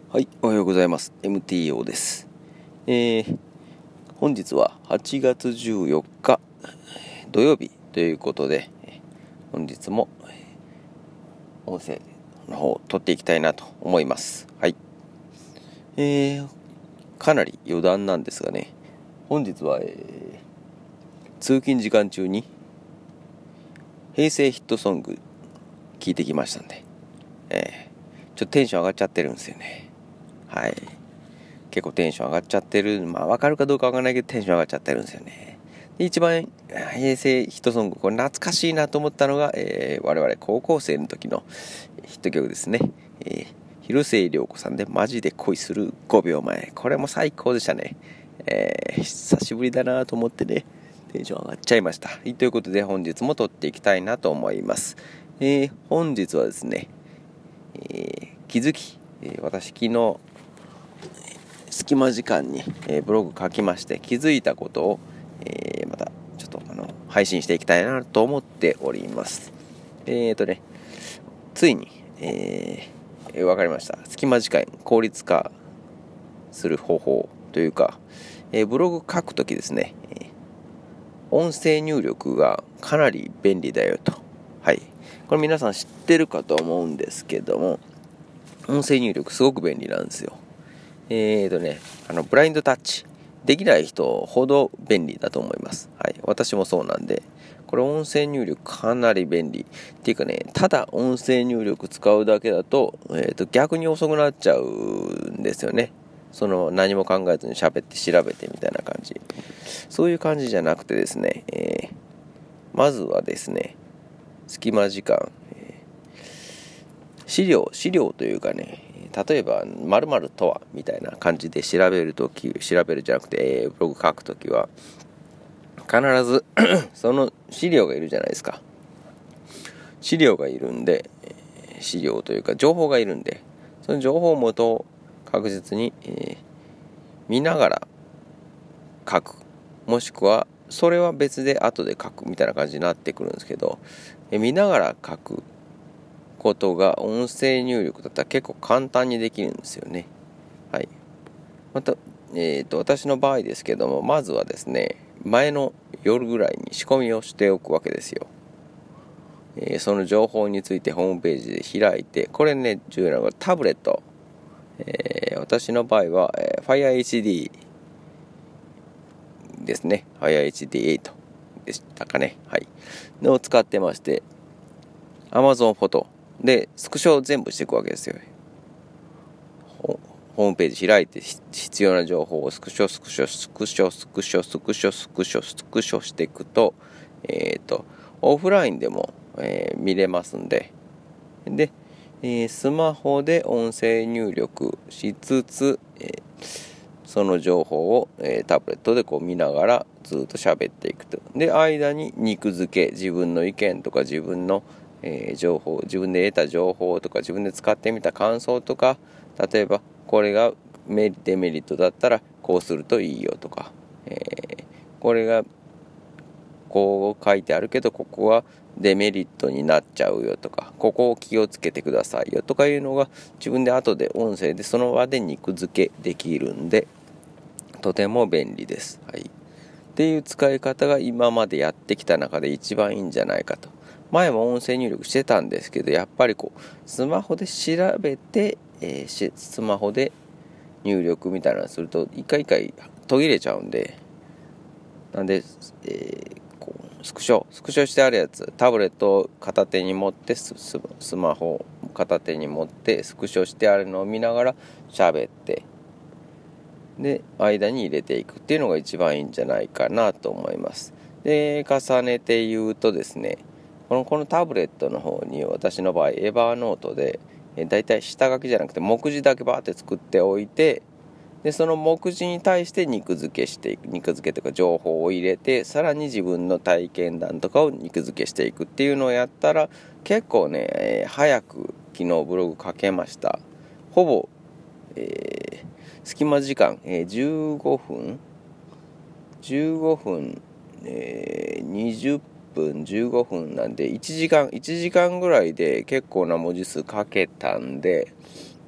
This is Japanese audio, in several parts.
はい、おはようございます。MTO です。本日は8月14日土曜日ということで、本日も音声の方を撮っていきたいなと思います。はい。かなり余談なんですがね、本日は、通勤時間中に平成ヒットソング聞いてきましたんで、ちょっとテンション上がっちゃってるんですよね。はい、結構テンション上がっちゃってる。分かるかどうか分からないけどテンション上がっちゃってるんですよね。で一番平成ヒットソング、これ懐かしいなと思ったのが、我々高校生の時のヒット曲ですね。広末涼子さんでマジで恋する5秒前。これも最高でしたね。久しぶりだなと思ってね、テンション上がっちゃいました。ということで本日も撮っていきたいなと思います。本日はですね、気づき、私昨日隙間時間に、ブログ書きまして気づいたことを、またちょっと配信していきたいなと思っております。ついに、分かりました。隙間時間効率化する方法というか、ブログ書くときですね、音声入力がかなり便利だよと。はい。これ皆さん知ってるかと思うんですけども、音声入力すごく便利なんですよ。ブラインドタッチできない人ほど便利だと思います。はい、私もそうなんで、これ音声入力かなり便利っていうかね、ただ音声入力使うだけだと、逆に遅くなっちゃうんですよね。何も考えずに喋って調べてみたいな感じ、そういう感じじゃなくてですね、まずはですね、隙間時間、資料というかね、例えば〇〇とはみたいな感じで調べるじゃなくて、ブログ書くときは必ずその資料がいるじゃないですか。資料がいるんで、資料というか情報がいるんで、その情報元を確実に、見ながら書く、もしくはそれは別で後で書くみたいな感じになってくるんですけど、見ながら書くことが音声入力だったら結構簡単にできるんですよね。はい。また、私の場合ですけども、まずはですね、前の夜ぐらいに仕込みをしておくわけですよ。その情報についてホームページで開いて、これね、重要なのがタブレット。私の場合は、FireHD ですね。FireHD8 でしたかね。はい。のを使ってまして、Amazon フォトでスクショを全部していくわけですよ。ホームページ開いて必要な情報をスクショしていくと、オフラインでも、見れますんで、スマホで音声入力しつつ、その情報を、タブレットでこう見ながらずっと喋っていくと。で、間に肉付け、自分の意見とか自分の情報、自分で得た情報とか自分で使ってみた感想とか、例えばこれがデメリットだったらこうするといいよとか、これがこう書いてあるけどここはデメリットになっちゃうよとか、ここを気をつけてくださいよとかいうのが自分で後で音声でその場で肉付けできるんで、とても便利です。はい。っていう使い方が今までやってきた中で一番いいんじゃないかと。前も音声入力してたんですけど、やっぱりスマホで調べて、スマホで入力みたいなのすると一回途切れちゃうんで、なんで、スクショしてあるやつ、タブレットを片手に持ってスマホを片手に持ってスクショしてあるのを見ながら喋って、で間に入れていくっていうのが一番いいんじゃないかなと思います。で重ねて言うとですね、このタブレットの方に私の場合エバーノートでだいたい下書きじゃなくて目次だけバーって作っておいて、でその目次に対して肉付けというか情報を入れて、さらに自分の体験談とかを肉付けしていくっていうのをやったら結構ね、早く昨日ブログ書けました。ほぼ、隙間時間、15分、20分15分なんで1時間ぐらいで結構な文字数書けたんで、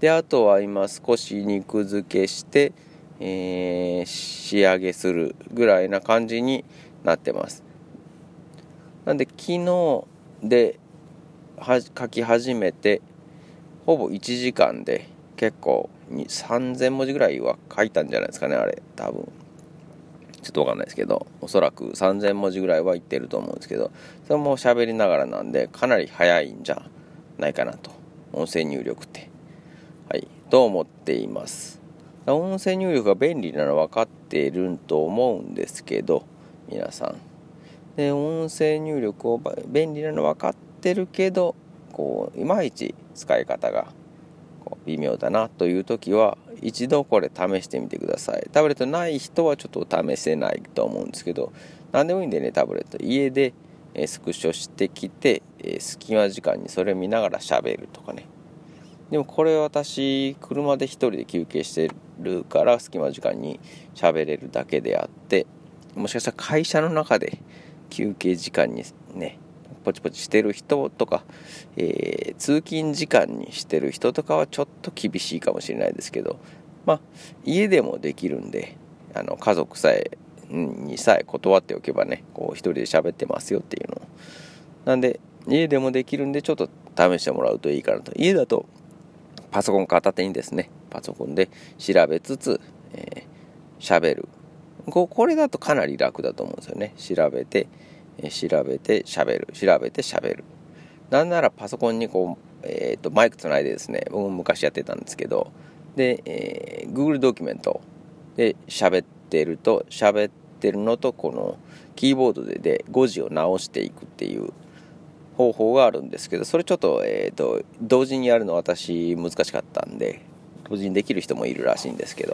であとは今少し肉付けして、仕上げするぐらいな感じになってます。なんで昨日で書き始めてほぼ1時間で結構3000文字ぐらいは書いたんじゃないですかね。あれ多分ちょっと分かんないですけど、おそらく3000文字ぐらいはいってると思うんですけど、それも喋りながらなんでかなり早いんじゃないかなと、音声入力ってと思っています。音声入力が便利なのは分かっていると思うんですけど、皆さんで音声入力を便利なの分かってるけど、いまいち使い方が微妙だなという時は一度これ試してみてください。タブレットない人はちょっと試せないと思うんですけど、何でもいいんでね、タブレット家でスクショしてきて隙間時間にそれ見ながら喋るとかね。でもこれ私車で一人で休憩してるから隙間時間に喋れるだけであって、もしかしたら会社の中で休憩時間にねポチポチしてる人とか、通勤時間にしてる人とかはちょっと厳しいかもしれないですけど、家でもできるんで、家族にさえ断っておけばね、一人で喋ってますよっていうのなんで、家でもできるんでちょっと試してもらうといいかなと。家だとパソコン片手にですね、パソコンで調べつつ喋る。これだとかなり楽だと思うんですよね。調べて喋る、調べて喋る。なんならパソコンにマイクつないでですね、僕も昔やってたんですけど、で、Google ドキュメントで喋ってるのとこのキーボードで誤字を直していくっていう方法があるんですけど、それちょっと、同時にやるの私難しかったんで、同時にできる人もいるらしいんですけど、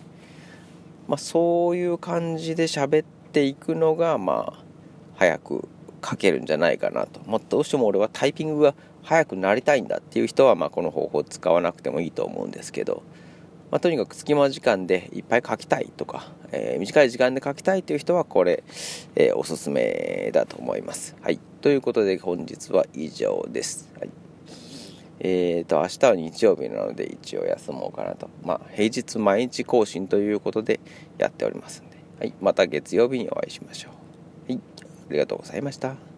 そういう感じで喋っていくのが早く書けるんじゃないかなと。どうしても俺はタイピングが早くなりたいんだっていう人はこの方法を使わなくてもいいと思うんですけど、とにかく隙間時間でいっぱい書きたいとか、短い時間で書きたいという人はこれ、おすすめだと思います。ということで本日は以上です。明日は日曜日なので一応休もうかなと。平日毎日更新ということでやっておりますんで、また月曜日にお会いしましょう。ありがとうございました。